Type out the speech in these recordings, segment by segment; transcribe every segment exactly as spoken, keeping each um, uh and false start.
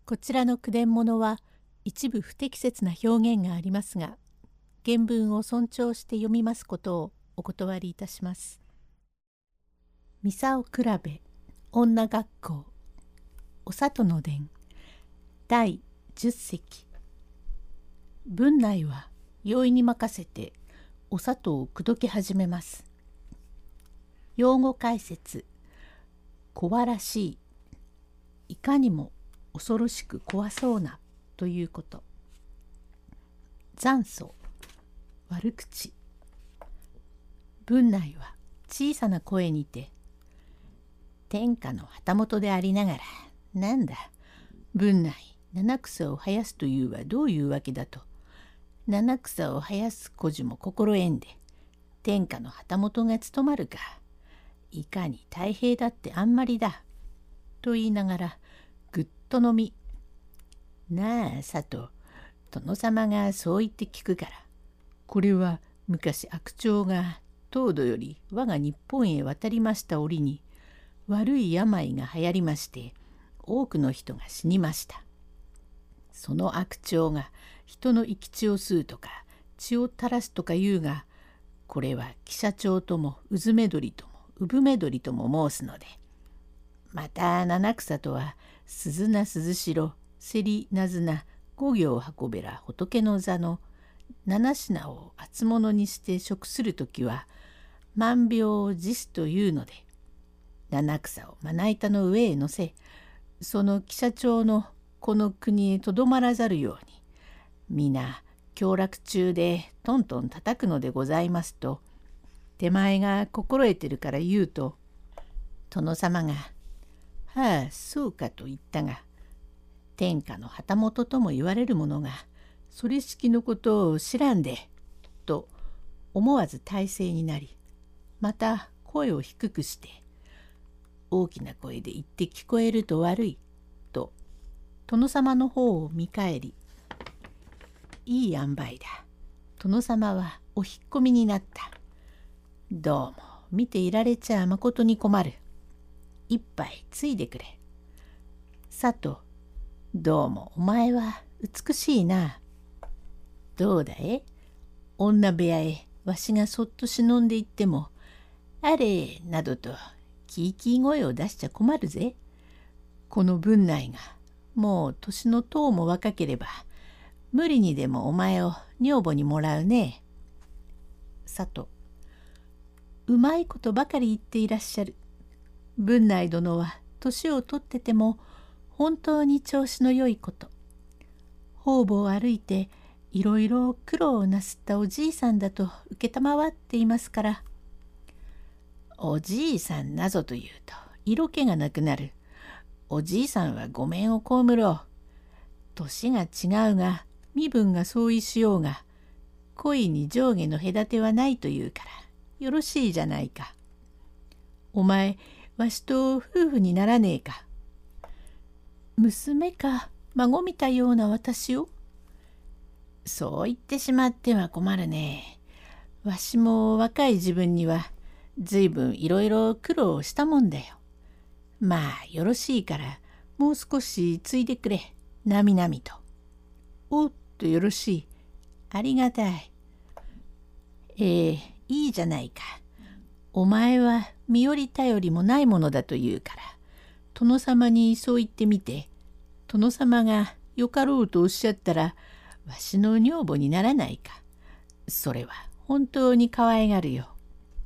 こちらの句伝物は一部不適切な表現がありますが、原文を尊重して読みますことをお断りいたします。ミサオ比べ女学校お里の伝だいじゅっせき。文内は容易に任せてお里を口説き始めます。用語解説。怖らしい、いかにも恐ろしく怖そうなということ。残訴、悪口。文内は小さな声にて、天下の旗本でありながら、なんだ、文内、七草を生やすというはどういうわけだと、七草を生やす孤児も心得んで、天下の旗本が務まるか、いかに太平だってあんまりだ、と言いながら、ぐっと飲み、なあ佐藤、殿様がそう言って聞くから、これは昔悪鳥が東土より我が日本へ渡りました折に、悪い病が流行りまして、多くの人が死にました。その悪鳥が人の生き血を吸うとか、血を垂らすとか言うが、これは汽車鳥ともうずめ鳥とも産め鳥とも申すので、また七草とは鈴名鈴代、せりなずな、五行運べら仏の座の七品を厚物にして食するときは、万病を辞すというので、七草をまな板の上へ乗せ、その汽車鳥のこの国へとどまらざるように、皆享楽中でトントン叩くのでございますと、手前が心得てるから言うと、殿様が、はあ、そうかと言ったが、天下の旗本とも言われる者が、それ式のことを知らんで、と思わず体勢になり、また声を低くして、大きな声で言って聞こえると悪い、と殿様の方を見返り、いい塩梅だ。殿様はお引っ込みになった。どうも見ていられちゃまことに困る。一杯ついでくれ。佐藤、どうもお前は美しいな。どうだい？女部屋へわしがそっと忍んでいっても、あれなどとキーキー声を出しちゃ困るぜ。この文内がもう年のとうも若ければ、無理にでもお前を女房にもらうね。佐藤、うまいことばかり言っていらっしゃる。文内殿は年を取ってても本当に調子のよいこと。方々を歩いていろいろ苦労をなすったおじいさんだと承っていますから。おじいさんなぞというと色気がなくなる。おじいさんはごめんを被ろう。年が違うが身分が相違しようが、恋に上下の隔てはないというからよろしいじゃないか。お前、わしと夫婦にならねえか。娘か孫見たような私を。そう言ってしまっては困るね。わしも若い自分にはずいぶんいろいろ苦労したもんだよ。まあよろしいからもう少しついでくれ、なみなみと。おっとよろしい。ありがたい。えー、いいじゃないか。お前は身寄り頼りもないものだというから、殿様にそう言ってみて、殿様がよかろうとおっしゃったら、わしの女房にならないか。それは本当に可愛がるよ。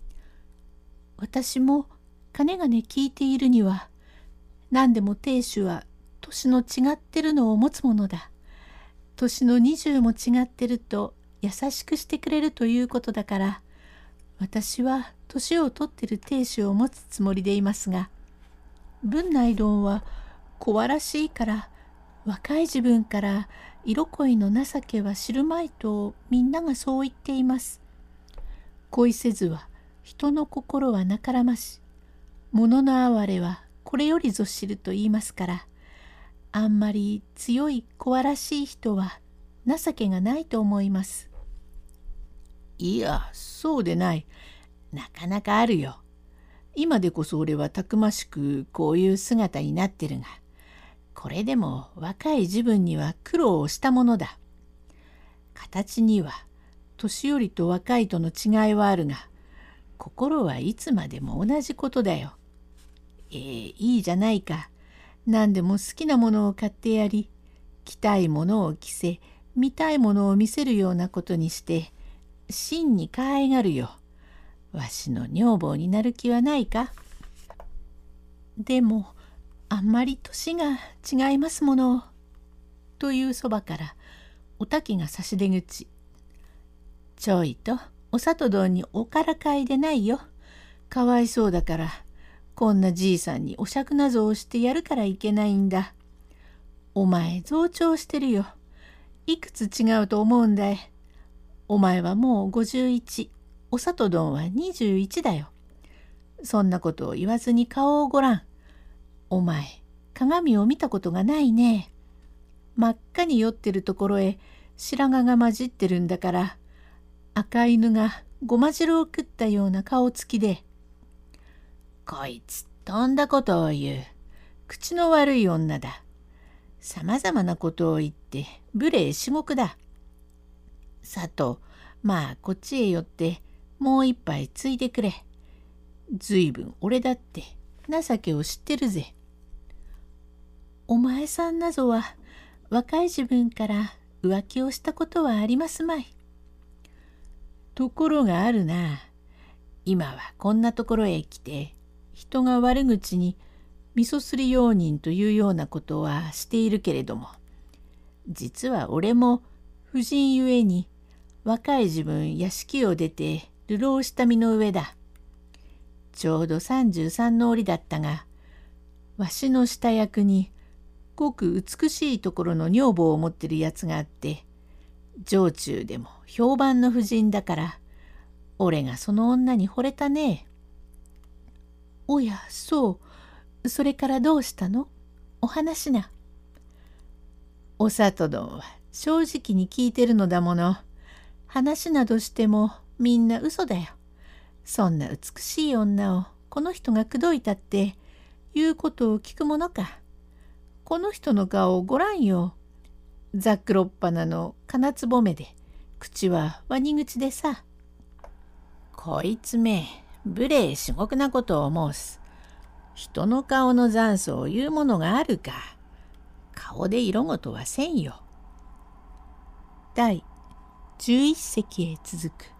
私もかねがね聞いているには、何でも亭主は年の違ってるのを持つものだ。年の二十も違ってると優しくしてくれるということだから、私は年を取ってる亭主を持つつもりでいますが、文内殿は小らしいから、若い自分から色恋の情けは知るまいとみんながそう言っています。恋せずは人の心はなからまし、物の哀れはこれよりぞ知ると言いますから、あんまり強い小らしい人は情けがないと思います。いや、そうでない。なかなかあるよ。今でこそ俺はたくましくこういう姿になってるが、 これでも若い自分には苦労をしたものだ。形には年寄りと若いとの違いはあるが、心はいつまでも同じことだよ。ええ、いいじゃないか。何でも好きなものを買ってやり、着たいものを着せ、見たいものを見せるようなことにして、真に可愛がるよ。わしの女房になる気はないか。でも、あんまり年が違いますもの。というそばから、おたきが差し出口。ちょいと、お里どんにおからかいでないよ。かわいそうだから、こんなじいさんにお酌なぞをしてやるからいけないんだ。お前増長してるよ。いくつ違うと思うんだい。お前はもうごじゅういち、お里どんはにじゅういちだよ。そんなことを言わずに顔をごらん。お前、鏡を見たことがないね。真っ赤に酔ってるところへ白髪が混じってるんだから、赤犬がごま汁を食ったような顔つきで。こいつ、とんだことを言う。口の悪い女だ。さまざまなことを言って、無礼至極だ。さと、まあこっちへ寄って、もう一杯ついでくれ。ずいぶん俺だって情けを知ってるぜ。お前さんなぞは、若い自分から浮気をしたことはありますまい。ところがあるな。今はこんなところへ来て、人が悪口に味噌すり用人というようなことはしているけれども、実は俺も婦人ゆえに若い自分屋敷を出て流浪した身の上だ。ちょうどさんじゅうさんの折だったが、わしの下役にごく美しいところの女房を持ってるやつがあって、城中でも評判の婦人だから、俺がその女に惚れたね。おや、そう。それからどうしたの？お話な。お里どんは正直に聞いてるのだもの。話などしてもみんな嘘だよ。そんな美しい女をこの人が口説いたって言うことを聞くものか。この人の顔をごらんよ。ざっくろっぱなの金つぼめで、口はワニ口でさ。こいつめ、無礼至極なことを申す。人の顔の残素を言うものがあるか。顔で色ごとはせんよ。第じゅういっ席へ続く。